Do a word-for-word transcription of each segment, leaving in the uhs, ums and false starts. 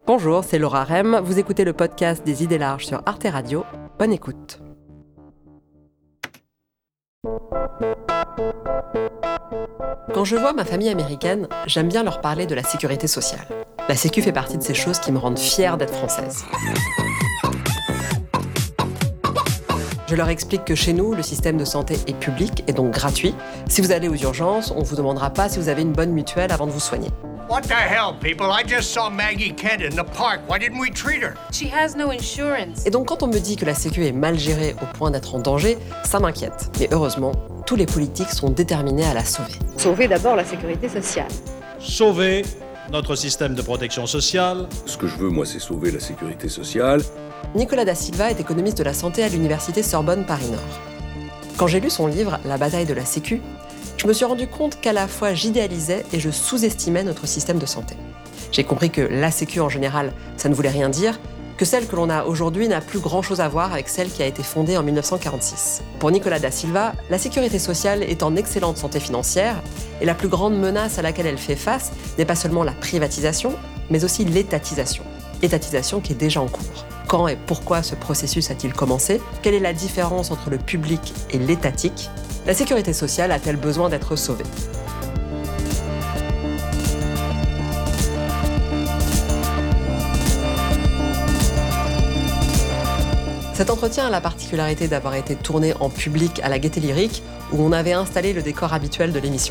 Bonjour, c'est Laura Rem, vous écoutez le podcast des idées larges sur Arte Radio. Bonne écoute. Quand je vois ma famille américaine, j'aime bien leur parler de la sécurité sociale. La sécu fait partie de ces choses qui me rendent fière d'être française. Je leur explique que chez nous, le système de santé est public et donc gratuit. Si vous allez aux urgences, on ne vous demandera pas si vous avez une bonne mutuelle avant de vous soigner. What the hell, people? I just saw Maggie Kent in the park. Why didn't we treat her? She has no insurance. Et donc quand on me dit que la sécu est mal gérée au point d'être en danger, ça m'inquiète. Mais heureusement, tous les politiques sont déterminés à la sauver. Sauver d'abord la sécurité sociale. Sauver notre système de protection sociale. Ce que je veux, moi, c'est sauver la sécurité sociale. Nicolas Da Silva est économiste de la santé à l'université Sorbonne Paris-Nord. Quand j'ai lu son livre « La bataille de la sécu », je me suis rendu compte qu'à la fois j'idéalisais et je sous-estimais notre système de santé. J'ai compris que la sécu en général, ça ne voulait rien dire, que celle que l'on a aujourd'hui n'a plus grand-chose à voir avec celle qui a été fondée en dix-neuf cent quarante-six. Pour Nicolas Da Silva, la sécurité sociale est en excellente santé financière et la plus grande menace à laquelle elle fait face n'est pas seulement la privatisation, mais aussi l'étatisation. Étatisation qui est déjà en cours. Quand et pourquoi ce processus a-t-il commencé ? Quelle est la différence entre le public et l'étatique ? La sécurité sociale a-t-elle besoin d'être sauvée ? Cet entretien a la particularité d'avoir été tourné en public à la Gaîté Lyrique, où on avait installé le décor habituel de l'émission.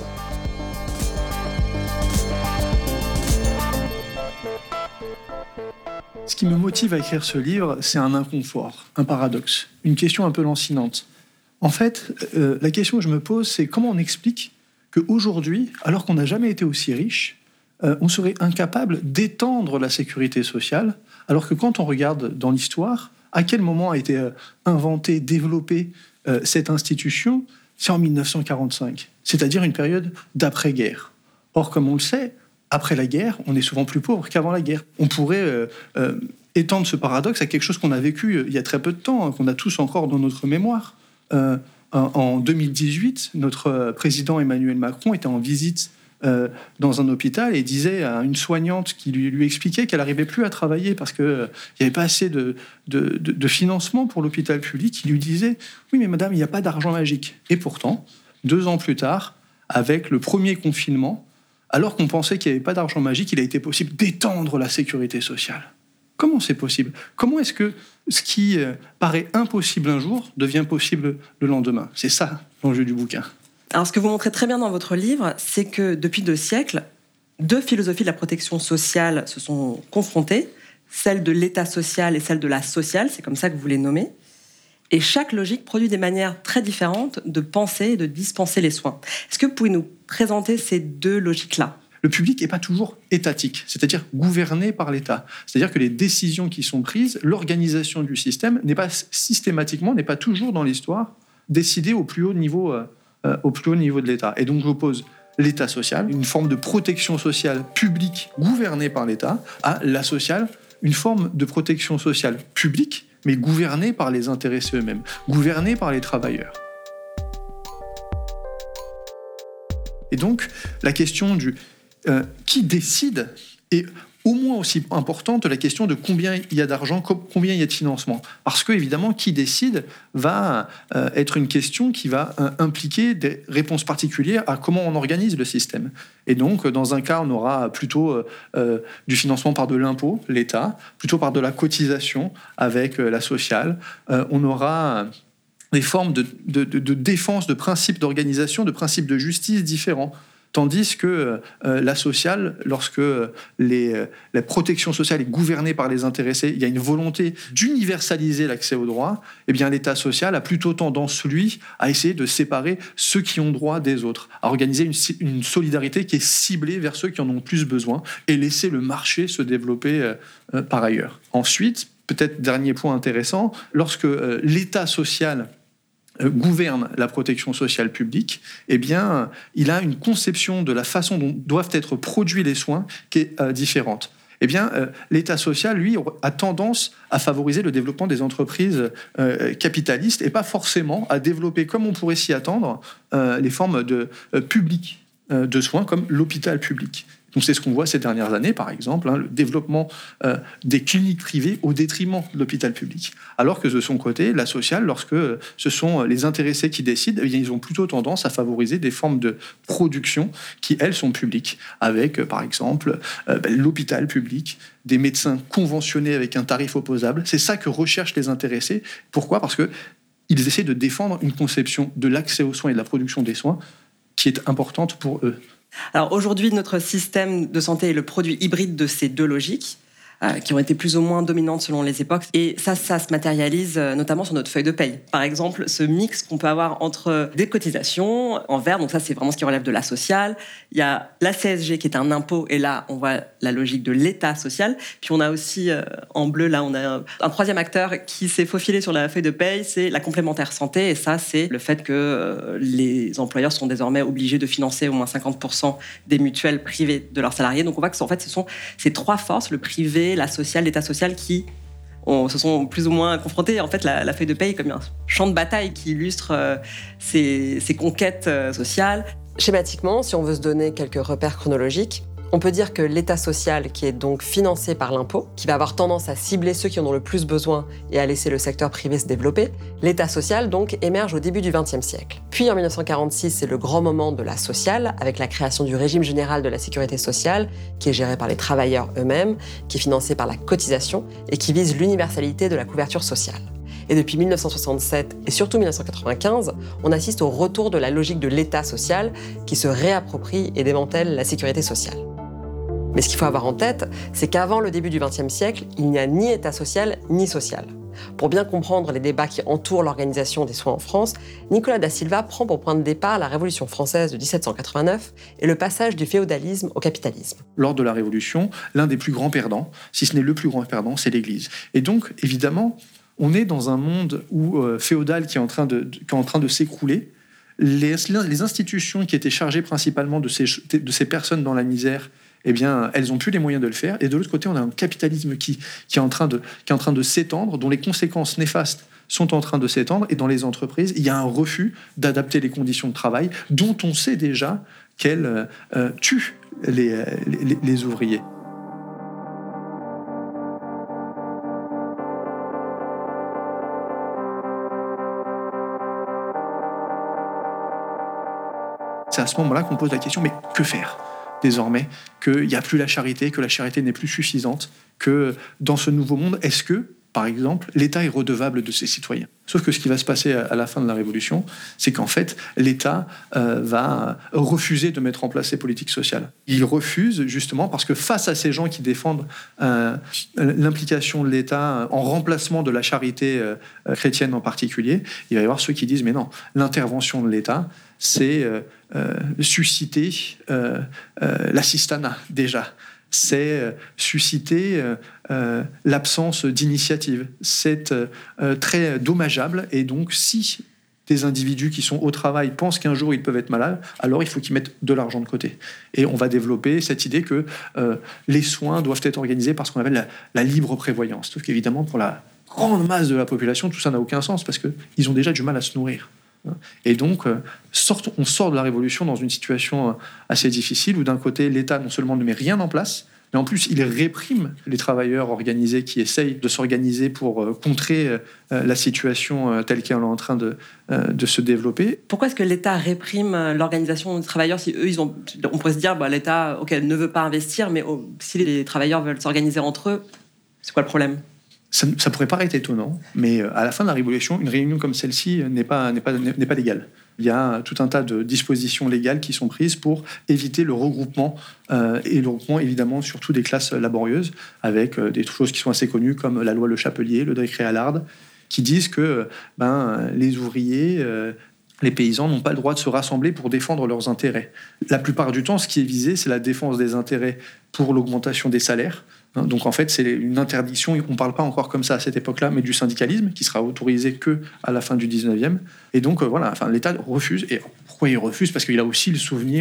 Ce qui me motive à écrire ce livre, c'est un inconfort, un paradoxe, une question un peu lancinante. En fait, euh, la question que je me pose, c'est comment on explique qu'aujourd'hui, alors qu'on n'a jamais été aussi riche, euh, on serait incapable d'étendre la sécurité sociale, alors que quand on regarde dans l'histoire, à quel moment a été euh, inventée, développée euh, cette institution ? C'est en dix-neuf cent quarante-cinq, c'est-à-dire une période d'après-guerre. Or, comme on le sait, après la guerre, on est souvent plus pauvre qu'avant la guerre. On pourrait euh, euh, étendre ce paradoxe à quelque chose qu'on a vécu euh, il y a très peu de temps, hein, qu'on a tous encore dans notre mémoire. Euh, en deux mille dix-huit, notre président Emmanuel Macron était en visite euh, dans un hôpital et disait à une soignante qui lui, lui expliquait qu'elle n'arrivait plus à travailler parce qu'il euh, n'y avait pas assez de, de, de, de financement pour l'hôpital public. Il lui disait « Oui, mais madame, il n'y a pas d'argent magique. » Et pourtant, deux ans plus tard, avec le premier confinement, alors qu'on pensait qu'il n'y avait pas d'argent magique, il a été possible d'étendre la sécurité sociale. Comment c'est possible ? Comment est-ce que ce qui paraît impossible un jour devient possible le lendemain ? C'est ça l'enjeu du bouquin. Alors, ce que vous montrez très bien dans votre livre, c'est que depuis deux siècles, deux philosophies de la protection sociale se sont confrontées, celle de l'État social et celle de la sociale, c'est comme ça que vous les nommez. Et chaque logique produit des manières très différentes de penser et de dispenser les soins. Est-ce que vous pouvez nous présenter ces deux logiques-là ? Le public n'est pas toujours étatique, c'est-à-dire gouverné par l'État. C'est-à-dire que les décisions qui sont prises, l'organisation du système n'est pas systématiquement, n'est pas toujours dans l'histoire décidée au plus haut niveau, euh, au plus haut niveau de l'État. Et donc j'oppose l'État social, une forme de protection sociale publique gouvernée par l'État, à la sociale, une forme de protection sociale publique, mais gouvernée par les intéressés eux-mêmes, gouvernée par les travailleurs. Et donc la question du Euh, qui décide est au moins aussi importante la question de combien il y a d'argent, combien il y a de financement. Parce que, évidemment, qui décide va euh, être une question qui va euh, impliquer des réponses particulières à comment on organise le système. Et donc, dans un cas, on aura plutôt euh, du financement par de l'impôt, l'État, plutôt par de la cotisation avec euh, la sociale. Euh, on aura des formes de, de, de, de défense, de principes d'organisation, de principes de justice différents. Tandis que euh, la sociale, lorsque les, euh, la protection sociale est gouvernée par les intéressés, il y a une volonté d'universaliser l'accès aux droits, eh bien l'État social a plutôt tendance, lui, à essayer de séparer ceux qui ont droit des autres, à organiser une, une solidarité qui est ciblée vers ceux qui en ont plus besoin et laisser le marché se développer euh, euh, par ailleurs. Ensuite, peut-être dernier point intéressant, lorsque euh, l'État social gouverne la protection sociale publique, eh bien, il a une conception de la façon dont doivent être produits les soins qui est euh, différente. Eh bien, euh, l'État social, lui, a tendance à favoriser le développement des entreprises euh, capitalistes et pas forcément à développer, comme on pourrait s'y attendre, euh, les formes de, euh, publiques euh, de soins, comme l'hôpital public. Donc c'est ce qu'on voit ces dernières années, par exemple, hein, le développement euh, des cliniques privées au détriment de l'hôpital public. Alors que de son côté, la sociale, lorsque euh, ce sont les intéressés qui décident, eh bien, ils ont plutôt tendance à favoriser des formes de production qui, elles, sont publiques, avec, euh, par exemple, euh, ben, l'hôpital public, des médecins conventionnés avec un tarif opposable. C'est ça que recherchent les intéressés. Pourquoi ? Parce que ils essaient de défendre une conception de l'accès aux soins et de la production des soins qui est importante pour eux. Alors aujourd'hui, notre système de santé est le produit hybride de ces deux logiques, euh, qui ont été plus ou moins dominantes selon les époques. Et ça, ça se matérialise euh, notamment sur notre feuille de paye. Par exemple, ce mix qu'on peut avoir entre des cotisations en vert, donc ça c'est vraiment ce qui relève de la sociale. Il y a la C S G qui est un impôt, et là on voit la logique de l'État social. Puis on a aussi, euh, en bleu, là on a un, un troisième acteur qui s'est faufilé sur la feuille de paye, c'est la complémentaire santé. Et ça c'est le fait que euh, les employeurs sont désormais obligés de financer au moins cinquante pour cent des mutuelles privées de leurs salariés. Donc on voit que en fait ce sont ces trois forces, le privé, la sociale, l'État social, qui on, se sont plus ou moins confrontés. En fait, la, la feuille de paye est comme un champ de bataille qui illustre euh, ces, ces conquêtes euh, sociales. Schématiquement, si on veut se donner quelques repères chronologiques, on peut dire que l'État social, qui est donc financé par l'impôt, qui va avoir tendance à cibler ceux qui en ont le plus besoin et à laisser le secteur privé se développer, l'État social donc émerge au début du vingtième siècle. Puis en mille neuf cent quarante-six, c'est le grand moment de la sociale, avec la création du régime général de la sécurité sociale, qui est géré par les travailleurs eux-mêmes, qui est financé par la cotisation et qui vise l'universalité de la couverture sociale. Et depuis mille neuf cent soixante-sept et surtout mille neuf cent quatre-vingt-quinze, on assiste au retour de la logique de l'État social qui se réapproprie et démantèle la sécurité sociale. Mais ce qu'il faut avoir en tête, c'est qu'avant le début du vingtième siècle, il n'y a ni État social ni social. Pour bien comprendre les débats qui entourent l'organisation des soins en France, Nicolas da Silva prend pour point de départ la Révolution française de dix-sept cent quatre-vingt-neuf et le passage du féodalisme au capitalisme. Lors de la Révolution, l'un des plus grands perdants, si ce n'est le plus grand perdant, c'est l'Église. Et donc, évidemment, on est dans un monde où, euh, féodal qui est en train de, qui est en train de s'écrouler. Les, les institutions qui étaient chargées principalement de ces, de ces personnes dans la misère, eh bien, elles n'ont plus les moyens de le faire. Et de l'autre côté, on a un capitalisme qui, qui, est en train de, qui est en train de s'étendre, dont les conséquences néfastes sont en train de s'étendre. Et dans les entreprises, il y a un refus d'adapter les conditions de travail, dont on sait déjà qu'elles euh, tuent les, les, les ouvriers. C'est à ce moment-là qu'on pose la question, mais que faire ? Désormais, qu'il n'y a plus la charité, que la charité n'est plus suffisante, que dans ce nouveau monde, est-ce que, par exemple, l'État est redevable de ses citoyens ? Sauf que ce qui va se passer à la fin de la Révolution, c'est qu'en fait, l'État euh, va refuser de mettre en place ces politiques sociales. Il refuse justement parce que face à ces gens qui défendent euh, l'implication de l'État en remplacement de la charité euh, chrétienne en particulier, il va y avoir ceux qui disent « mais non, l'intervention de l'État, c'est euh, euh, susciter euh, euh, l'assistanat déjà ». C'est euh, susciter euh, euh, l'absence d'initiative. C'est euh, très dommageable. Et donc, si des individus qui sont au travail pensent qu'un jour ils peuvent être malades, alors il faut qu'ils mettent de l'argent de côté. Et on va développer cette idée que euh, les soins doivent être organisés par ce qu'on appelle la, la libre prévoyance. Sauf qu'évidemment, pour la grande masse de la population, tout ça n'a aucun sens parce qu'ils ont déjà du mal à se nourrir. Et donc, euh, sort, on sort de la Révolution dans une situation euh, assez difficile où d'un côté, l'État non seulement ne met rien en place, mais en plus, il réprime les travailleurs organisés qui essayent de s'organiser pour euh, contrer euh, la situation euh, telle qu'elle est en train de, euh, de se développer. Pourquoi est-ce que l'État réprime l'organisation des travailleurs si eux, ils ont, on pourrait se dire, bah, l'État, ok, ne veut pas investir, mais oh, si les travailleurs veulent s'organiser entre eux, c'est quoi le problème ? Ça, ça pourrait paraître étonnant, mais à la fin de la Révolution, une réunion comme celle-ci n'est pas, n'est pas, n'est pas légale. Il y a tout un tas de dispositions légales qui sont prises pour éviter le regroupement, euh, et le regroupement évidemment surtout des classes laborieuses, avec euh, des choses qui sont assez connues comme la loi Le Chapelier, le décret Allard, qui disent que ben, les ouvriers, euh, les paysans n'ont pas le droit de se rassembler pour défendre leurs intérêts. La plupart du temps, ce qui est visé, c'est la défense des intérêts pour l'augmentation des salaires. Donc en fait, c'est une interdiction, on ne parle pas encore comme ça à cette époque-là, mais du syndicalisme, qui sera autorisé qu'à la fin du dix-neuvième. Et donc euh, voilà, enfin, l'État refuse. Et pourquoi il refuse ? Parce qu'il a aussi le souvenir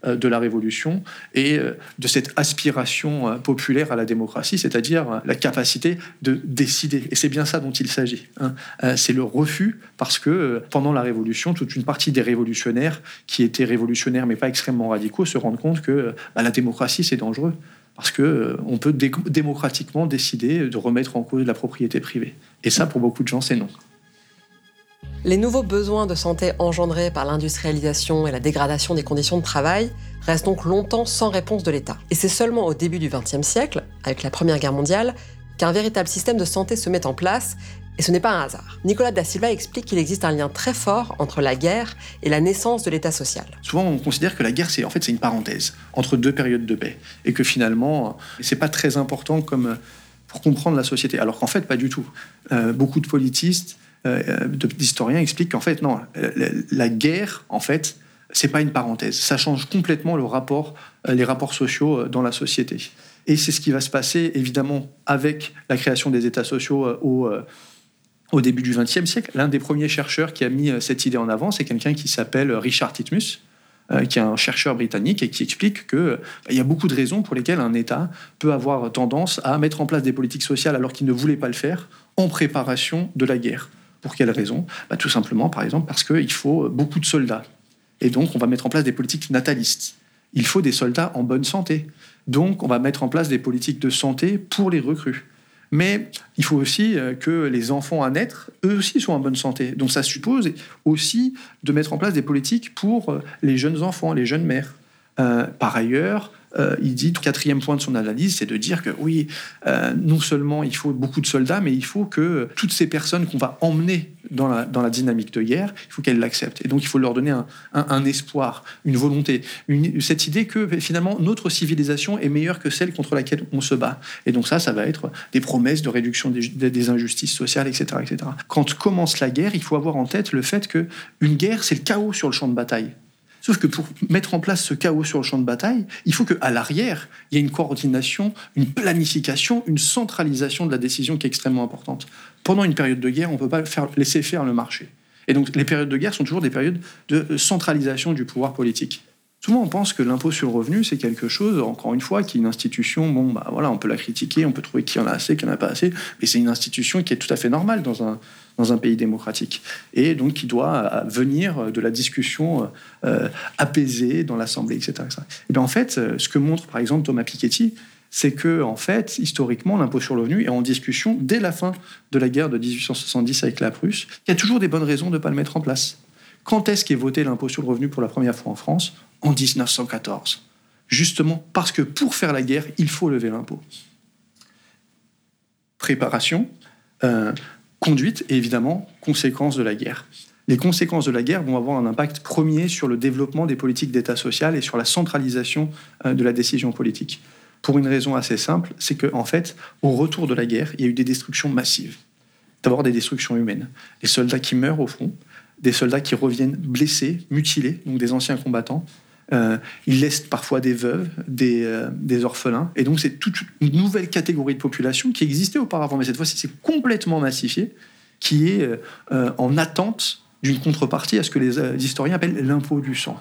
euh, de la Révolution et euh, de cette aspiration euh, populaire à la démocratie, c'est-à-dire euh, la capacité de décider. Et c'est bien ça dont il s'agit. Hein. Euh, c'est le refus, parce que euh, pendant la Révolution, toute une partie des révolutionnaires, qui étaient révolutionnaires mais pas extrêmement radicaux, se rendent compte que euh, bah, la démocratie, c'est dangereux. Parce qu'on euh, peut dé- démocratiquement décider de remettre en cause la propriété privée. Et ça, pour beaucoup de gens, c'est non. Les nouveaux besoins de santé engendrés par l'industrialisation et la dégradation des conditions de travail restent donc longtemps sans réponse de l'État. Et c'est seulement au début du vingtième siècle, avec la Première Guerre mondiale, qu'un véritable système de santé se met en place, et ce n'est pas un hasard. Nicolas da Silva explique qu'il existe un lien très fort entre la guerre et la naissance de l'État social. Souvent, on considère que la guerre, c'est, en fait, c'est une parenthèse entre deux périodes de paix, et que finalement, c'est pas très important comme pour comprendre la société. Alors qu'en fait, pas du tout. Euh, beaucoup de politistes, euh, d'historiens expliquent qu'en fait, non, la, la guerre, en fait, c'est pas une parenthèse. Ça change complètement le rapport, les rapports sociaux dans la société. Et c'est ce qui va se passer, évidemment, avec la création des États sociaux au, au début du vingtième siècle. L'un des premiers chercheurs qui a mis cette idée en avant, c'est quelqu'un qui s'appelle Richard Titmuss, qui est un chercheur britannique et qui explique qu'il y a beaucoup de raisons pour lesquelles un État peut avoir tendance à mettre en place des politiques sociales alors qu'il ne voulait pas le faire, en préparation de la guerre. Pour quelles raisons ? Bah, tout simplement, par exemple, parce qu'il faut beaucoup de soldats. Et donc, on va mettre en place des politiques natalistes. Il faut des soldats en bonne santé. Donc, on va mettre en place des politiques de santé pour les recrues. Mais il faut aussi que les enfants à naître, eux aussi, soient en bonne santé. Donc, ça suppose aussi de mettre en place des politiques pour les jeunes enfants, les jeunes mères. Euh, par ailleurs, euh, il dit, quatrième point de son analyse, c'est de dire que oui, euh, non seulement il faut beaucoup de soldats, mais il faut que toutes ces personnes qu'on va emmener dans la, dans la dynamique de guerre, il faut qu'elles l'acceptent. Et donc il faut leur donner un, un, un espoir, une volonté, une, cette idée que finalement notre civilisation est meilleure que celle contre laquelle on se bat. Et donc ça, ça va être des promesses de réduction des, des injustices sociales, et cetera, et cetera. Quand commence la guerre, il faut avoir en tête le fait qu'une guerre, c'est le chaos sur le champ de bataille. Sauf que pour mettre en place ce chaos sur le champ de bataille, il faut qu'à l'arrière, il y ait une coordination, une planification, une centralisation de la décision qui est extrêmement importante. Pendant une période de guerre, on ne peut pas faire, laisser faire le marché. Et donc, les périodes de guerre sont toujours des périodes de centralisation du pouvoir politique. Souvent, on pense que l'impôt sur le revenu, c'est quelque chose, encore une fois, qui est une institution, bon, bah voilà, on peut la critiquer, on peut trouver qu'il y en a assez, qu'il n'y en a pas assez, mais c'est une institution qui est tout à fait normale dans un, dans un pays démocratique. Et donc, qui doit venir de la discussion euh, apaisée dans l'Assemblée, et cetera, et cetera. Et bien, en fait, ce que montre, par exemple, Thomas Piketty, c'est que, en fait, historiquement, l'impôt sur le revenu est en discussion dès la fin de la guerre de dix-huit cent soixante-dix avec la Prusse. Il y a toujours des bonnes raisons de ne pas le mettre en place. Quand est-ce qu'est voté l'impôt sur le revenu pour la première fois en France ? En dix-neuf cent quatorze. Justement parce que pour faire la guerre, il faut lever l'impôt. Préparation, euh, conduite et évidemment conséquences de la guerre. Les conséquences de la guerre vont avoir un impact premier sur le développement des politiques d'État social et sur la centralisation euh, de la décision politique. Pour une raison assez simple, c'est qu'en fait, au retour de la guerre, il y a eu des destructions massives. D'abord des destructions humaines. Les soldats qui meurent au front, des soldats qui reviennent blessés, mutilés, donc des anciens combattants. Euh, ils laissent parfois des veuves, des, euh, des orphelins. Et donc, c'est toute une nouvelle catégorie de population qui existait auparavant, mais cette fois-ci, c'est complètement massifié, qui est euh, en attente d'une contrepartie à ce que les euh, historiens appellent l'impôt du sang.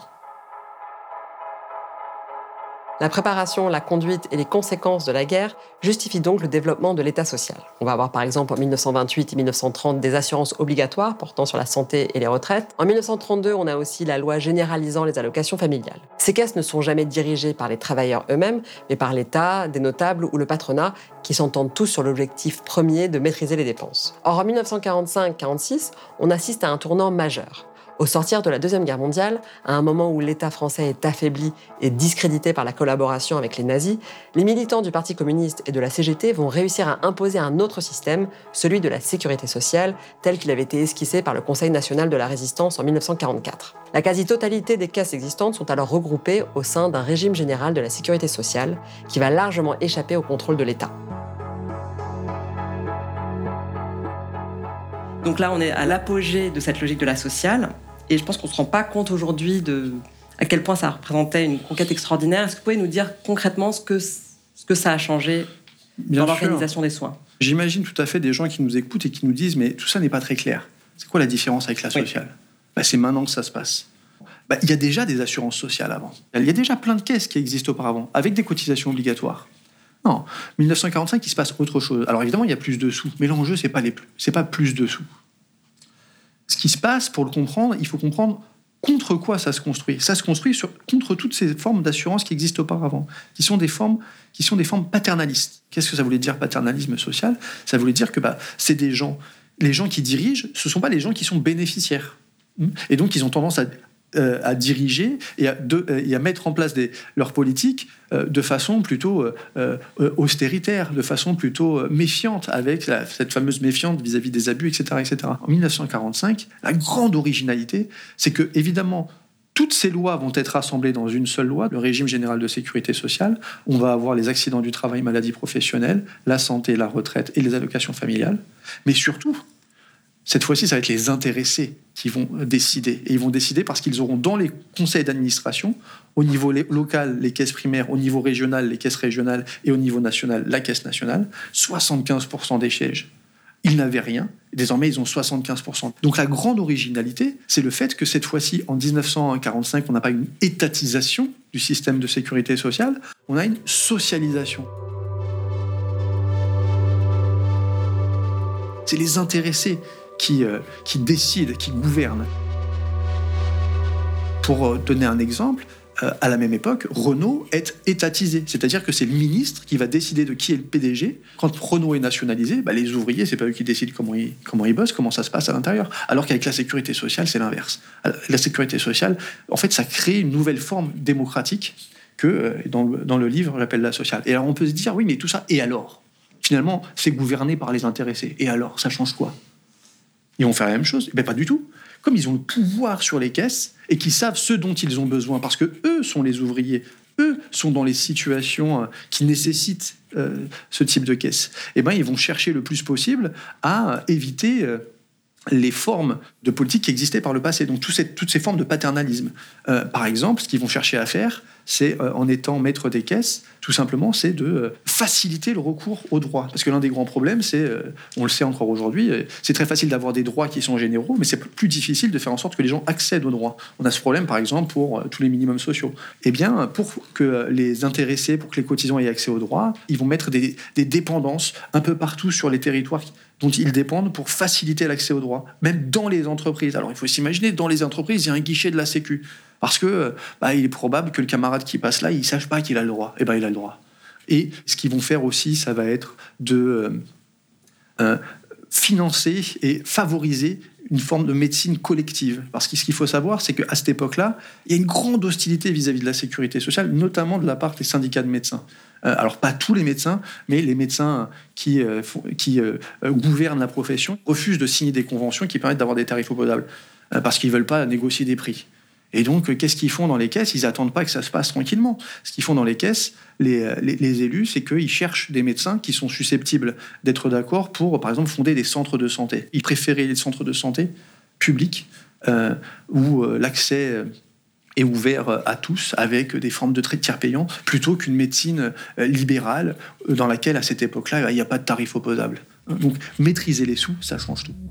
La préparation, la conduite et les conséquences de la guerre justifient donc le développement de l'État social. On va avoir par exemple en mille neuf cent vingt-huit et mille neuf cent trente des assurances obligatoires portant sur la santé et les retraites. En mille neuf cent trente-deux, on a aussi la loi généralisant les allocations familiales. Ces caisses ne sont jamais dirigées par les travailleurs eux-mêmes, mais par l'État, des notables ou le patronat, qui s'entendent tous sur l'objectif premier de maîtriser les dépenses. Or, en mille neuf cent quarante-cinq quarante-six, on assiste à un tournant majeur. Au sortir de la Deuxième Guerre mondiale, à un moment où l'État français est affaibli et discrédité par la collaboration avec les nazis, les militants du Parti communiste et de la C G T vont réussir à imposer un autre système, celui de la sécurité sociale, tel qu'il avait été esquissé par le Conseil national de la résistance en mille neuf cent quarante-quatre. La quasi-totalité des caisses existantes sont alors regroupées au sein d'un régime général de la sécurité sociale qui va largement échapper au contrôle de l'État. Donc là, on est à l'apogée de cette logique de la sociale. Et je pense qu'on ne se rend pas compte aujourd'hui de à quel point ça représentait une conquête extraordinaire. Est-ce que vous pouvez nous dire concrètement ce que, ce que ça a changé Bien dans l'organisation sûr. des soins ? J'imagine tout à fait des gens qui nous écoutent et qui nous disent « mais tout ça n'est pas très clair. C'est quoi la différence avec la sociale ?» Ben, c'est maintenant que ça se passe. bah, il y a déjà des assurances sociales avant. Il y a déjà plein de caisses qui existent auparavant, avec des cotisations obligatoires. Non, mille neuf cent quarante-cinq, il se passe autre chose. Alors évidemment, il y a plus de sous, mais l'enjeu, c'est pas les plus, c'est pas plus de sous. Ce qui se passe, pour le comprendre, il faut comprendre contre quoi ça se construit. Ça se construit sur, contre toutes ces formes d'assurance qui existent auparavant, qui sont des formes, qui sont des formes paternalistes. Qu'est-ce que ça voulait dire, paternalisme social ? Ça voulait dire que bah, c'est des gens, les gens qui dirigent, ce ne sont pas les gens qui sont bénéficiaires. Et donc, ils ont tendance à, euh, à diriger et à, de, euh, et à mettre en place des, leurs politiques euh, de façon plutôt euh, euh, austéritaire, de façon plutôt euh, méfiante, avec la, cette fameuse méfiance vis-à-vis des abus, et cetera, et cetera. En mille neuf cent quarante-cinq, la grande originalité, c'est que, évidemment, toutes ces lois vont être rassemblées dans une seule loi, le régime général de sécurité sociale. On va avoir les accidents du travail, maladies professionnelles, la santé, la retraite et les allocations familiales. Mais surtout, cette fois-ci, ça va être les intéressés qui vont décider. Et ils vont décider parce qu'ils auront dans les conseils d'administration, au niveau local, les caisses primaires, au niveau régional, les caisses régionales, et au niveau national, la caisse nationale, soixante-quinze pour cent des sièges. Ils n'avaient rien. Désormais, ils ont soixante-quinze pour cent. Donc la grande originalité, c'est le fait que cette fois-ci, en dix-neuf cent quarante-cinq, on n'a pas une étatisation du système de sécurité sociale, on a une socialisation. C'est les intéressés qui, euh, qui décident, qui gouvernent. Pour euh, donner un exemple, euh, à la même époque, Renault est étatisé. C'est-à-dire que c'est le ministre qui va décider de qui est le P D G. Quand Renault est nationalisé, bah, les ouvriers, c'est pas eux qui décident comment ils, comment ils bossent, comment ça se passe à l'intérieur. Alors qu'avec la sécurité sociale, c'est l'inverse. La sécurité sociale, en fait, ça crée une nouvelle forme démocratique que, euh, dans, le, dans le livre, j'appelle la sociale. Et alors, on peut se dire, oui, mais tout ça, et alors ? Finalement, c'est gouverné par les intéressés. Et alors, ça change quoi ? Ils vont faire la même chose ? Eh bien, pas du tout. Comme ils ont le pouvoir sur les caisses et qu'ils savent ce dont ils ont besoin, parce que eux sont les ouvriers, eux sont dans les situations qui nécessitent euh, ce type de caisse, eh bien, ils vont chercher le plus possible à éviter euh, les formes de politique qui existaient par le passé. Donc, toutes ces, toutes ces formes de paternalisme. Euh, par exemple, ce qu'ils vont chercher à faire, c'est, euh, en étant maître des caisses, tout simplement, c'est de euh, faciliter le recours aux droits. Parce que l'un des grands problèmes, c'est, euh, on le sait encore aujourd'hui, euh, c'est très facile d'avoir des droits qui sont généraux, mais c'est plus difficile de faire en sorte que les gens accèdent aux droits. On a ce problème, par exemple, pour euh, tous les minimums sociaux. Eh bien, pour que les intéressés, pour que les cotisants aient accès aux droits, ils vont mettre des, des dépendances un peu partout sur les territoires dont ils dépendent pour faciliter l'accès aux droits, même dans les entreprises. Alors, il faut s'imaginer, dans les entreprises, il y a un guichet de la Sécu. Parce que bah, il est probable que le camarade qui passe là, il ne sache pas qu'il a le droit. Eh bien, il a le droit. Et ce qu'ils vont faire aussi, ça va être de euh, euh, financer et favoriser une forme de médecine collective. Parce que ce qu'il faut savoir, c'est qu'à cette époque-là, il y a une grande hostilité vis-à-vis de la sécurité sociale, notamment de la part des syndicats de médecins. Euh, alors, pas tous les médecins, mais les médecins qui, euh, font, qui euh, gouvernent la profession refusent de signer des conventions qui permettent d'avoir des tarifs opposables, euh, parce qu'ils ne veulent pas négocier des prix. Et donc, qu'est-ce qu'ils font dans les caisses ? Ils n'attendent pas que ça se passe tranquillement. Ce qu'ils font dans les caisses, les, les, les élus, c'est qu'ils cherchent des médecins qui sont susceptibles d'être d'accord pour, par exemple, fonder des centres de santé. Ils préféraient les centres de santé publics euh, où euh, l'accès est ouvert à tous avec des formes de tiers payants, plutôt qu'une médecine euh, libérale dans laquelle, à cette époque-là, il n'y a pas de tarif opposable. Donc, maîtriser les sous, ça change tout.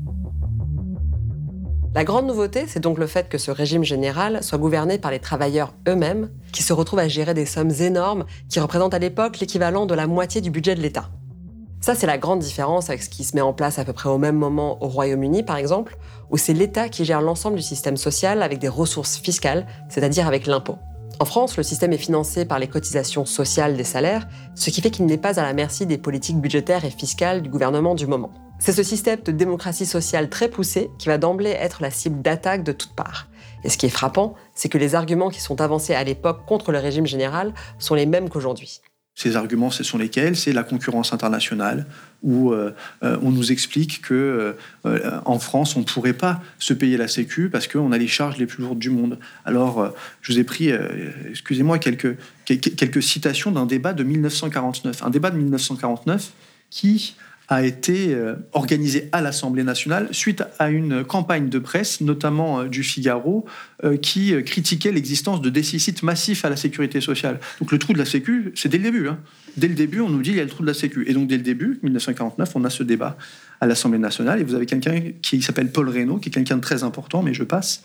La grande nouveauté, c'est donc le fait que ce régime général soit gouverné par les travailleurs eux-mêmes, qui se retrouvent à gérer des sommes énormes qui représentent à l'époque l'équivalent de la moitié du budget de l'État. Ça, c'est la grande différence avec ce qui se met en place à peu près au même moment au Royaume-Uni, par exemple, où c'est l'État qui gère l'ensemble du système social avec des ressources fiscales, c'est-à-dire avec l'impôt. En France, le système est financé par les cotisations sociales des salaires, ce qui fait qu'il n'est pas à la merci des politiques budgétaires et fiscales du gouvernement du moment. C'est ce système de démocratie sociale très poussé qui va d'emblée être la cible d'attaque de toutes parts. Et ce qui est frappant, c'est que les arguments qui sont avancés à l'époque contre le régime général sont les mêmes qu'aujourd'hui. Ces arguments, ce sont lesquels ? C'est la concurrence internationale, où euh, euh, on nous explique que euh, en France, on ne pourrait pas se payer la Sécu parce qu'on a les charges les plus lourdes du monde. Alors, euh, je vous ai pris, euh, excusez-moi, quelques, quelques, quelques citations d'un débat de mille neuf cent quarante-neuf. Un débat de mille neuf cent quarante-neuf qui a été euh, organisé à l'Assemblée nationale suite à une campagne de presse, notamment euh, du Figaro, euh, qui euh, critiquait l'existence de déficits massifs à la sécurité sociale. Donc le trou de la Sécu, c'est dès le début. Hein. Dès le début, on nous dit qu'il y a le trou de la Sécu. Et donc dès le début, mille neuf cent quarante-neuf, on a ce débat à l'Assemblée nationale. Et vous avez quelqu'un qui s'appelle Paul Reynaud, qui est quelqu'un de très important, mais je passe,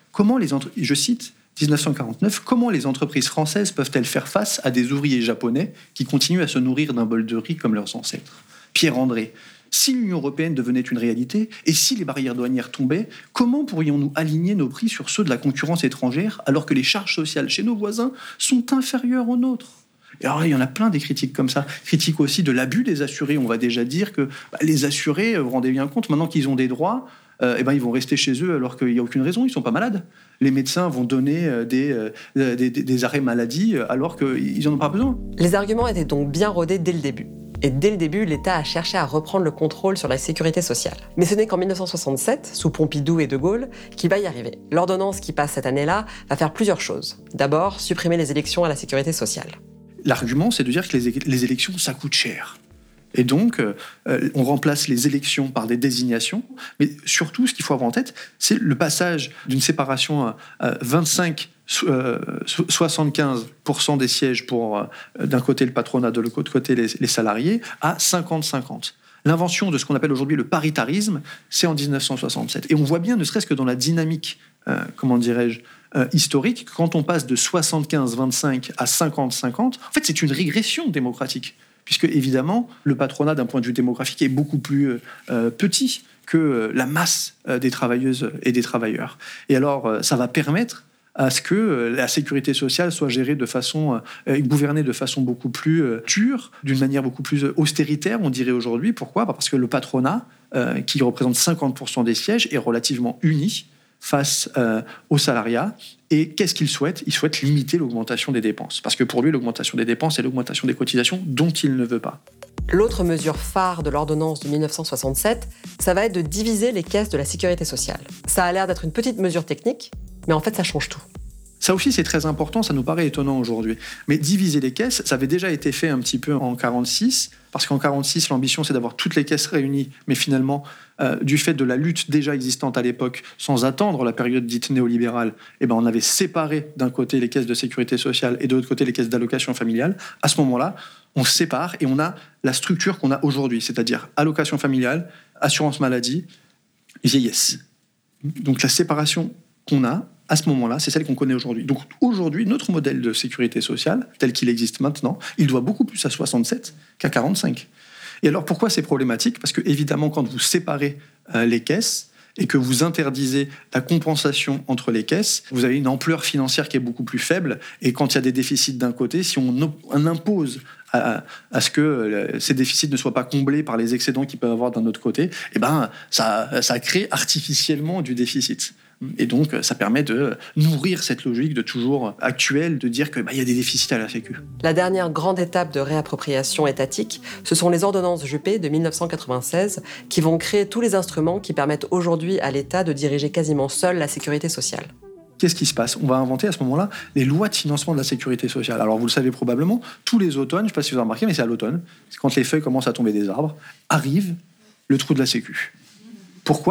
comment les entre... je cite dix-neuf cent quarante-neuf, comment les entreprises françaises peuvent-elles faire face à des ouvriers japonais qui continuent à se nourrir d'un bol de riz comme leurs ancêtres ? Pierre André. Si l'Union européenne devenait une réalité, et si les barrières douanières tombaient, comment pourrions-nous aligner nos prix sur ceux de la concurrence étrangère alors que les charges sociales chez nos voisins sont inférieures aux nôtres ? Et alors, il y en a plein des critiques comme ça. Critiques aussi de l'abus des assurés. On va déjà dire que bah, les assurés, vous vous rendez bien compte, maintenant qu'ils ont des droits, euh, eh ben, ils vont rester chez eux alors qu'il n'y a aucune raison, ils ne sont pas malades. Les médecins vont donner euh, des, euh, des, des arrêts maladie alors qu'ils n'en ont pas besoin. Les arguments étaient donc bien rodés dès le début. Et dès le début, l'État a cherché à reprendre le contrôle sur la sécurité sociale. Mais ce n'est qu'en dix-neuf cent soixante-sept, sous Pompidou et De Gaulle, qu'il va y arriver. L'ordonnance qui passe cette année-là va faire plusieurs choses. D'abord, supprimer les élections à la sécurité sociale. L'argument, c'est de dire que les, é- les élections, ça coûte cher. Et donc, euh, on remplace les élections par des désignations. Mais surtout, ce qu'il faut avoir en tête, c'est le passage d'une séparation à, à vingt-cinq soixante-quinze pour cent des sièges pour, euh, d'un côté le patronat, de l'autre côté les, les salariés, à cinquante cinquante. L'invention de ce qu'on appelle aujourd'hui le paritarisme, c'est en dix-neuf cent soixante-sept. Et on voit bien, ne serait-ce que dans la dynamique, euh, comment dirais-je, euh, historique, quand on passe de soixante-quinze vingt-cinq à cinquante cinquante, en fait, c'est une régression démocratique. Puisque, évidemment, le patronat, d'un point de vue démographique, est beaucoup plus euh, petit que la masse euh, des travailleuses et des travailleurs. Et alors, euh, ça va permettre à ce que la sécurité sociale soit gérée de façon, euh, gouvernée de façon beaucoup plus euh, dure, d'une manière beaucoup plus austéritaire, on dirait aujourd'hui. Pourquoi ? Parce que le patronat, euh, qui représente cinquante pour cent des sièges, est relativement uni face euh, au salariat. Et qu'est-ce qu'il souhaite ? Il souhaite limiter l'augmentation des dépenses. Parce que pour lui, l'augmentation des dépenses, c'est l'augmentation des cotisations dont il ne veut pas. L'autre mesure phare de l'ordonnance de dix-neuf cent soixante-sept, ça va être de diviser les caisses de la sécurité sociale. Ça a l'air d'être une petite mesure technique, mais en fait, ça change tout. Ça aussi, c'est très important, ça nous paraît étonnant aujourd'hui. Mais diviser les caisses, ça avait déjà été fait un petit peu en quarante-six, parce qu'en quarante-six, l'ambition, c'est d'avoir toutes les caisses réunies, mais finalement, euh, du fait de la lutte déjà existante à l'époque, sans attendre la période dite néolibérale, eh ben, on avait séparé d'un côté les caisses de sécurité sociale et de l'autre côté les caisses d'allocation familiale. À ce moment-là, on sépare et on a la structure qu'on a aujourd'hui, c'est-à-dire allocation familiale, assurance maladie, vieillesse. Donc la séparation qu'on a, à ce moment-là, c'est celle qu'on connaît aujourd'hui. Donc aujourd'hui, notre modèle de sécurité sociale, tel qu'il existe maintenant, il doit beaucoup plus à soixante-sept qu'à quarante-cinq. Et alors pourquoi c'est problématique ? Parce que évidemment, quand vous séparez euh, les caisses et que vous interdisez la compensation entre les caisses, vous avez une ampleur financière qui est beaucoup plus faible. Et quand il y a des déficits d'un côté, si on, op- on impose à, à ce que euh, ces déficits ne soient pas comblés par les excédents qu'ils peuvent avoir d'un autre côté, eh ben, ça, ça crée artificiellement du déficit. Et donc, ça permet de nourrir cette logique de toujours actuelle, de dire qu'il bah, y a des déficits à la Sécu. La dernière grande étape de réappropriation étatique, ce sont les ordonnances Juppé de dix-neuf cent quatre-vingt-seize qui vont créer tous les instruments qui permettent aujourd'hui à l'État de diriger quasiment seul la sécurité sociale. Qu'est-ce qui se passe ? On va inventer à ce moment-là les lois de financement de la sécurité sociale. Alors vous le savez probablement, tous les automnes, je ne sais pas si vous avez remarqué, mais c'est à l'automne, c'est quand les feuilles commencent à tomber des arbres, arrive le trou de la Sécu. Pourquoi ?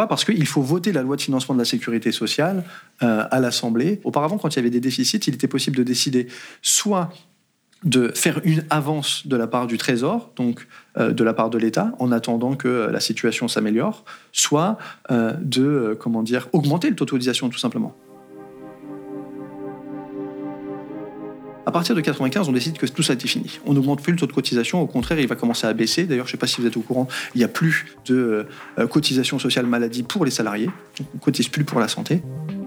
Parce qu'il faut voter la loi de financement de la sécurité sociale euh, à l'Assemblée. Auparavant, quand il y avait des déficits, il était possible de décider soit de faire une avance de la part du Trésor, donc euh, de la part de l'État, en attendant que euh, la situation s'améliore, soit euh, de, euh, comment dire, augmenter le taux de cotisation, tout simplement. À partir de quatre-vingt-quinze, on décide que tout ça a été fini. On n'augmente plus le taux de cotisation, au contraire, il va commencer à baisser. D'ailleurs, je ne sais pas si vous êtes au courant, il n'y a plus de euh, cotisation sociale maladie pour les salariés. On ne cotise plus pour la santé.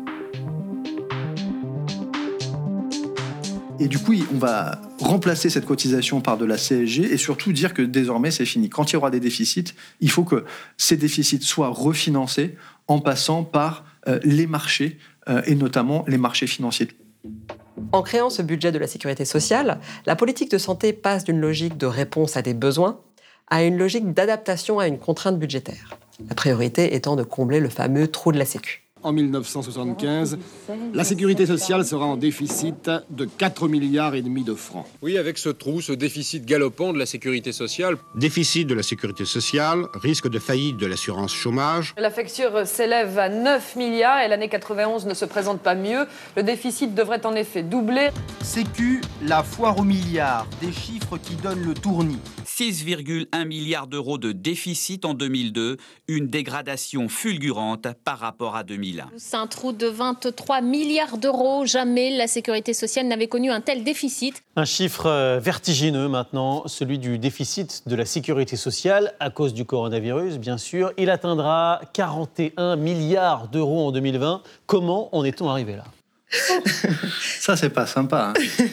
Et du coup, on va remplacer cette cotisation par de la C S G et surtout dire que désormais, c'est fini. Quand il y aura des déficits, il faut que ces déficits soient refinancés en passant par euh, les marchés, euh, et notamment les marchés financiers. En créant ce budget de la sécurité sociale, la politique de santé passe d'une logique de réponse à des besoins à une logique d'adaptation à une contrainte budgétaire. La priorité étant de combler le fameux trou de la Sécu. En mille neuf cent soixante-quinze, la sécurité sociale sera en déficit de quatre milliards et demi de francs. Oui, avec ce trou, ce déficit galopant de la sécurité sociale. Déficit de la sécurité sociale, risque de faillite de l'assurance chômage. La facture s'élève à neuf milliards et l'année quatre-vingt-onze ne se présente pas mieux. Le déficit devrait en effet doubler. Sécu, la foire aux milliards, des chiffres qui donnent le tournis. six virgule un milliards d'euros de déficit en deux mille deux, une dégradation fulgurante par rapport à deux mille. mille. C'est un trou de vingt-trois milliards d'euros. Jamais la sécurité sociale n'avait connu un tel déficit. Un chiffre vertigineux maintenant, celui du déficit de la sécurité sociale à cause du coronavirus, bien sûr. Il atteindra quarante et un milliards d'euros en deux mille vingt. Comment en est-on arrivé là ? Ça, c'est pas sympa. Hein.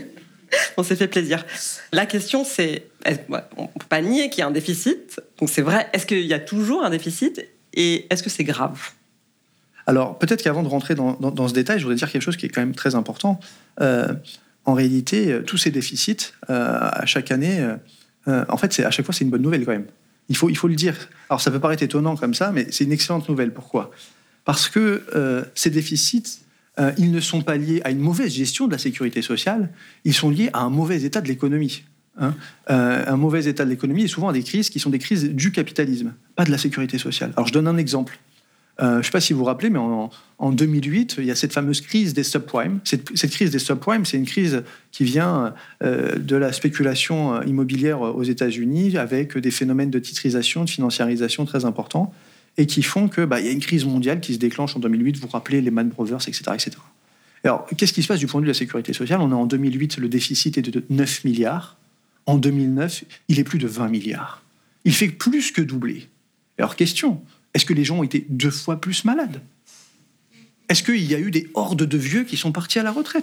On s'est fait plaisir. La question, c'est... On ne peut pas nier qu'il y a un déficit. Donc c'est vrai, est-ce qu'il y a toujours un déficit ? Et est-ce que c'est grave ? Alors, peut-être qu'avant de rentrer dans, dans, dans ce détail, je voudrais dire quelque chose qui est quand même très important. Euh, en réalité, tous ces déficits, euh, à chaque année, euh, en fait, c'est, à chaque fois, c'est une bonne nouvelle quand même. Il faut, il faut le dire. Alors, ça peut paraître étonnant comme ça, mais c'est une excellente nouvelle. Pourquoi ? Parce que euh, ces déficits, euh, ils ne sont pas liés à une mauvaise gestion de la sécurité sociale, ils sont liés à un mauvais état de l'économie. Hein, euh, un mauvais état de l'économie et souvent à des crises qui sont des crises du capitalisme, pas de la sécurité sociale. Alors je donne un exemple. Euh, je ne sais pas si vous vous rappelez, mais en, en deux mille huit, il y a cette fameuse crise des subprimes. Cette, cette crise des subprimes, c'est une crise qui vient euh, de la spéculation immobilière aux États-Unis avec des phénomènes de titrisation, de financiarisation très importants et qui font qu'il bah, y a une crise mondiale qui se déclenche en deux mille huit. Vous vous rappelez, Lehman Brothers, et cetera, et cetera. Alors, qu'est-ce qui se passe du point de vue de la sécurité sociale ? On est en deux mille huit, le déficit est de neuf milliards. En deux mille neuf, il est plus de vingt milliards. Il fait plus que doubler. Alors, question, est-ce que les gens ont été deux fois plus malades ? Est-ce qu'il y a eu des hordes de vieux qui sont partis à la retraite ?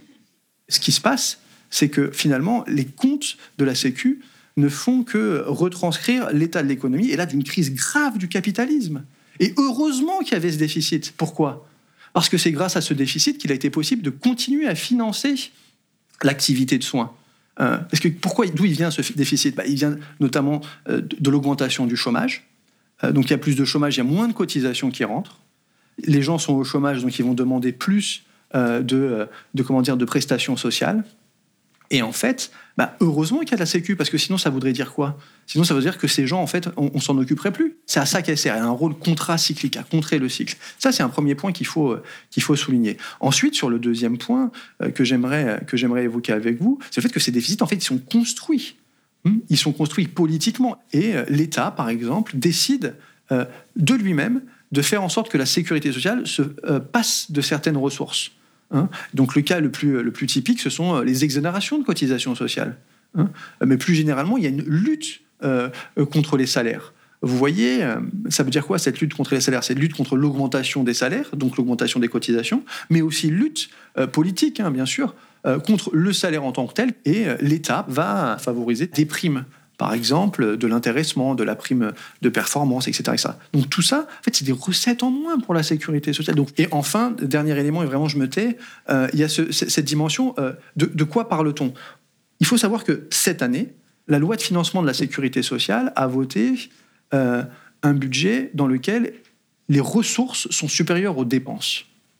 Ce qui se passe, c'est que finalement, les comptes de la Sécu ne font que retranscrire l'état de l'économie, et là, d'une crise grave du capitalisme. Et heureusement qu'il y avait ce déficit. Pourquoi ? Parce que c'est grâce à ce déficit qu'il a été possible de continuer à financer l'activité de soins. Euh, parce que pourquoi, d'où il vient ce déficit ? Bah, il vient notamment euh, de, de l'augmentation du chômage. Euh, donc il y a plus de chômage, il y a moins de cotisations qui rentrent. Les gens sont au chômage, donc ils vont demander plus euh, de, de, comment dire, de prestations sociales. Et en fait, bah, heureusement qu'il y a de la Sécu, parce que sinon ça voudrait dire quoi ? Sinon ça veut dire que ces gens, en fait, on, on s'en occuperait plus. C'est à ça qu'elle sert, elle a un rôle contracyclique, à contrer le cycle. Ça, c'est un premier point qu'il faut, qu'il faut souligner. Ensuite, sur le deuxième point euh, que, j'aimerais, que j'aimerais évoquer avec vous, c'est le fait que ces déficits, en fait, ils sont construits. Hum, ils sont construits politiquement. Et euh, l'État, par exemple, décide euh, de lui-même de faire en sorte que la sécurité sociale se euh, passe de certaines ressources. Hein. Donc le cas le plus, le plus typique, ce sont les exonérations de cotisations sociales. Hein. Mais plus généralement, il y a une lutte euh, contre les salaires. Vous voyez, euh, ça veut dire quoi cette lutte contre les salaires ? C'est une lutte contre l'augmentation des salaires, donc l'augmentation des cotisations, mais aussi lutte euh, politique, hein, bien sûr, euh, contre le salaire en tant que tel. Et euh, l'État va favoriser des primes. Par exemple, de l'intéressement, de la prime de performance, et cetera, et cetera. Donc tout ça, en fait, c'est des recettes en moins pour la sécurité sociale. Donc, et enfin, dernier élément, et vraiment je me tais, euh, il y a ce, cette dimension, euh, de, de quoi parle-t-on ? Il faut savoir que cette année, la loi de financement de la sécurité sociale a voté euh, un budget dans lequel les ressources sont supérieures aux dépenses.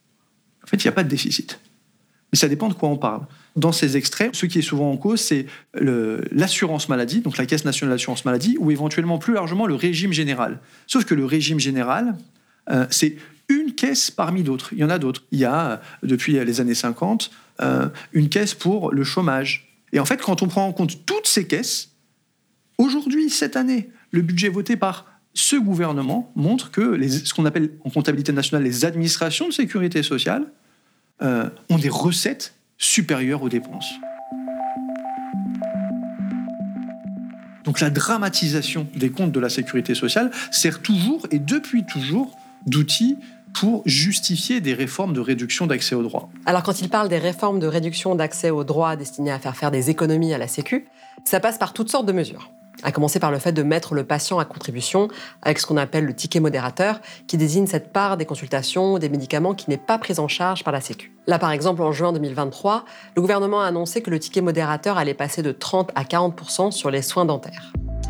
En fait, il n'y a pas de déficit. Mais ça dépend de quoi on parle. Dans ces extraits, ce qui est souvent en cause, c'est le, l'assurance maladie, donc la Caisse nationale d'assurance maladie, ou éventuellement plus largement le régime général. Sauf que le régime général, euh, c'est une caisse parmi d'autres. Il y en a d'autres. Il y a, depuis les années cinquante, euh, une caisse pour le chômage. Et en fait, quand on prend en compte toutes ces caisses, aujourd'hui, cette année, le budget voté par ce gouvernement montre que les, ce qu'on appelle en comptabilité nationale les administrations de sécurité sociale euh, ont des recettes supérieures aux dépenses. Donc la dramatisation des comptes de la sécurité sociale sert toujours et depuis toujours d'outil pour justifier des réformes de réduction d'accès aux droits. Alors quand il parle des réformes de réduction d'accès aux droits destinées à faire faire des économies à la Sécu, ça passe par toutes sortes de mesures. À commencer par le fait de mettre le patient à contribution avec ce qu'on appelle le ticket modérateur, qui désigne cette part des consultations ou des médicaments qui n'est pas prise en charge par la Sécu. Là, par exemple, en juin deux mille vingt-trois, le gouvernement a annoncé que le ticket modérateur allait passer de trente à quarante pour cent sur les soins dentaires.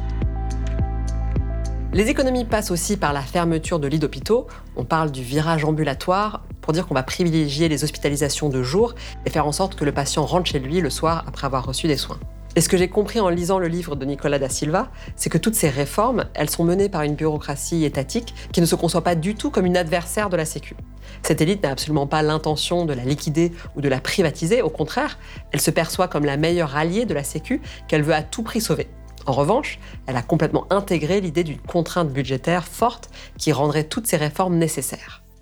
Les économies passent aussi par la fermeture de lits d'hôpitaux. On parle du virage ambulatoire pour dire qu'on va privilégier les hospitalisations de jour et faire en sorte que le patient rentre chez lui le soir après avoir reçu des soins. Et ce que j'ai compris en lisant le livre de Nicolas da Silva, c'est que toutes ces réformes, elles sont menées par une bureaucratie étatique qui ne se conçoit pas du tout comme une adversaire de la Sécu. Cette élite n'a absolument pas l'intention de la liquider ou de la privatiser, au contraire, elle se perçoit comme la meilleure alliée de la Sécu qu'elle veut à tout prix sauver. En revanche, elle a complètement intégré l'idée d'une contrainte budgétaire forte qui rendrait toutes ces réformes nécessaires.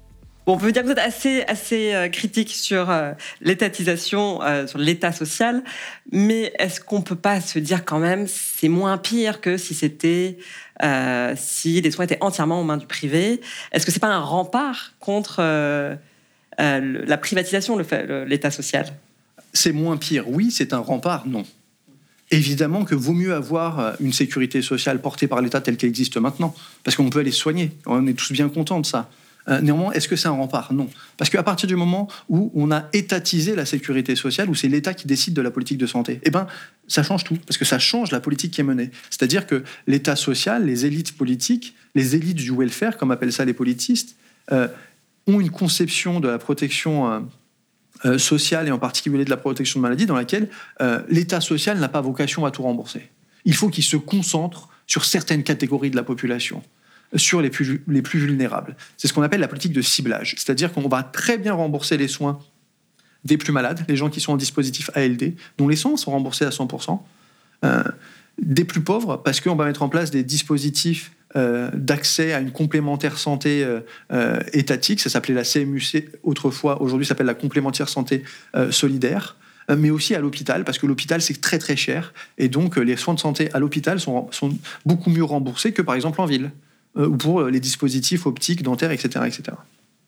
Bon, on peut dire que vous êtes assez, assez euh, critique sur euh, l'étatisation, euh, sur l'État social, mais est-ce qu'on peut pas se dire quand même c'est moins pire que si c'était euh, si les soins étaient entièrement aux mains du privé? Est-ce que c'est pas un rempart contre euh, euh, la privatisation, le fait, le, l'État social? C'est moins pire, oui. C'est un rempart, non. Évidemment que vaut mieux avoir une sécurité sociale portée par l'État telle qu'elle existe maintenant, parce qu'on peut aller se soigner. On est tous bien contents de ça. Euh, néanmoins, est-ce que c'est un rempart? Non. Parce qu'à partir du moment où on a étatisé la sécurité sociale, où c'est l'État qui décide de la politique de santé, eh ben, ça change tout, parce que ça change la politique qui est menée. C'est-à-dire que l'État social, les élites politiques, les élites du welfare, comme appellent ça les politistes, euh, ont une conception de la protection euh, euh, sociale, et en particulier de la protection de maladie, dans laquelle euh, l'État social n'a pas vocation à tout rembourser. Il faut qu'il se concentre sur certaines catégories de la population, sur les plus, les plus vulnérables. C'est ce qu'on appelle la politique de ciblage. C'est-à-dire qu'on va très bien rembourser les soins des plus malades, les gens qui sont en dispositif A L D, dont les soins sont remboursés à cent pour cent, euh, des plus pauvres, parce qu'on va mettre en place des dispositifs euh, d'accès à une complémentaire santé euh, euh, étatique. Ça s'appelait la C M U C autrefois, aujourd'hui ça s'appelle la complémentaire santé euh, solidaire, euh, mais aussi à l'hôpital, parce que l'hôpital c'est très très cher, et donc euh, les soins de santé à l'hôpital sont, sont beaucoup mieux remboursés que par exemple en ville, ou pour les dispositifs optiques, dentaires, et cetera, et cetera.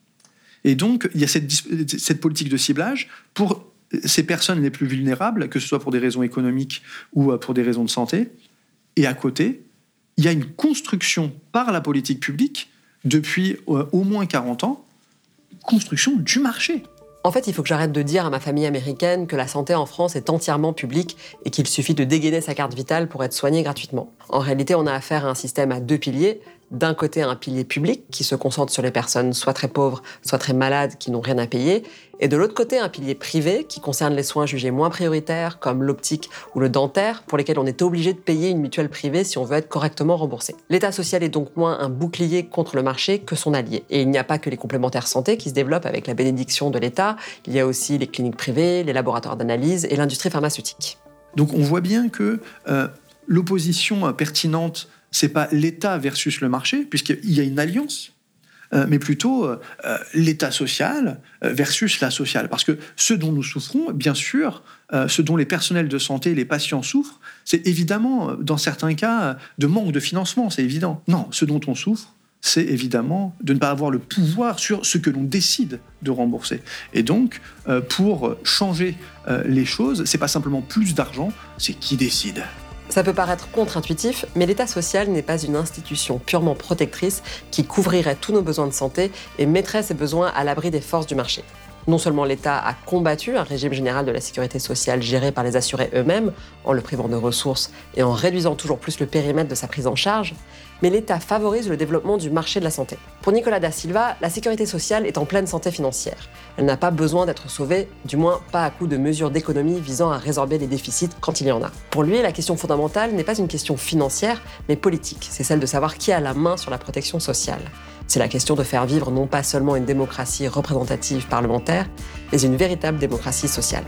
Et donc, il y a cette, cette politique de ciblage pour ces personnes les plus vulnérables, que ce soit pour des raisons économiques ou pour des raisons de santé. Et à côté, il y a une construction par la politique publique, depuis au moins quarante ans, construction du marché. En fait, il faut que j'arrête de dire à ma famille américaine que la santé en France est entièrement publique et qu'il suffit de dégainer sa carte vitale pour être soigné gratuitement. En réalité, on a affaire à un système à deux piliers. D'un côté, un pilier public qui se concentre sur les personnes soit très pauvres, soit très malades, qui n'ont rien à payer. Et de l'autre côté, un pilier privé qui concerne les soins jugés moins prioritaires, comme l'optique ou le dentaire, pour lesquels on est obligé de payer une mutuelle privée si on veut être correctement remboursé. L'État social est donc moins un bouclier contre le marché que son allié. Et il n'y a pas que les complémentaires santé qui se développent avec la bénédiction de l'État, il y a aussi les cliniques privées, les laboratoires d'analyse et l'industrie pharmaceutique. Donc on voit bien que euh, l'opposition pertinente, c'est pas l'État versus le marché, puisqu'il y a une alliance, euh, mais plutôt euh, l'État social versus la sociale. Parce que ce dont nous souffrons, bien sûr, euh, ce dont les personnels de santé, les patients souffrent, c'est évidemment, dans certains cas, de manque de financement, c'est évident. Non, ce dont on souffre, c'est évidemment de ne pas avoir le pouvoir sur ce que l'on décide de rembourser. Et donc, euh, pour changer euh, les choses, c'est pas simplement plus d'argent, c'est qui décide. Ça peut paraître contre-intuitif, mais l'État social n'est pas une institution purement protectrice qui couvrirait tous nos besoins de santé et mettrait ces besoins à l'abri des forces du marché. Non seulement l'État a combattu un régime général de la sécurité sociale géré par les assurés eux-mêmes, en le privant de ressources et en réduisant toujours plus le périmètre de sa prise en charge, mais l'État favorise le développement du marché de la santé. Pour Nicolas Da Silva, la sécurité sociale est en pleine santé financière. Elle n'a pas besoin d'être sauvée, du moins pas à coup de mesures d'économie visant à résorber les déficits quand il y en a. Pour lui, la question fondamentale n'est pas une question financière, mais politique. C'est celle de savoir qui a la main sur la protection sociale. C'est la question de faire vivre non pas seulement une démocratie représentative parlementaire, mais une véritable démocratie sociale.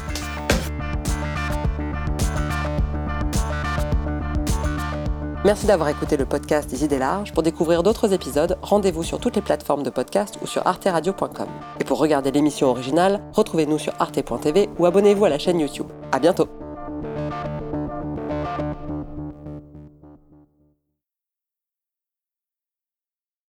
Merci d'avoir écouté le podcast des Idées Larges. Pour découvrir d'autres épisodes, rendez-vous sur toutes les plateformes de podcast ou sur arte radio point com. Et pour regarder l'émission originale, retrouvez-nous sur arte point t v ou abonnez-vous à la chaîne YouTube. À bientôt.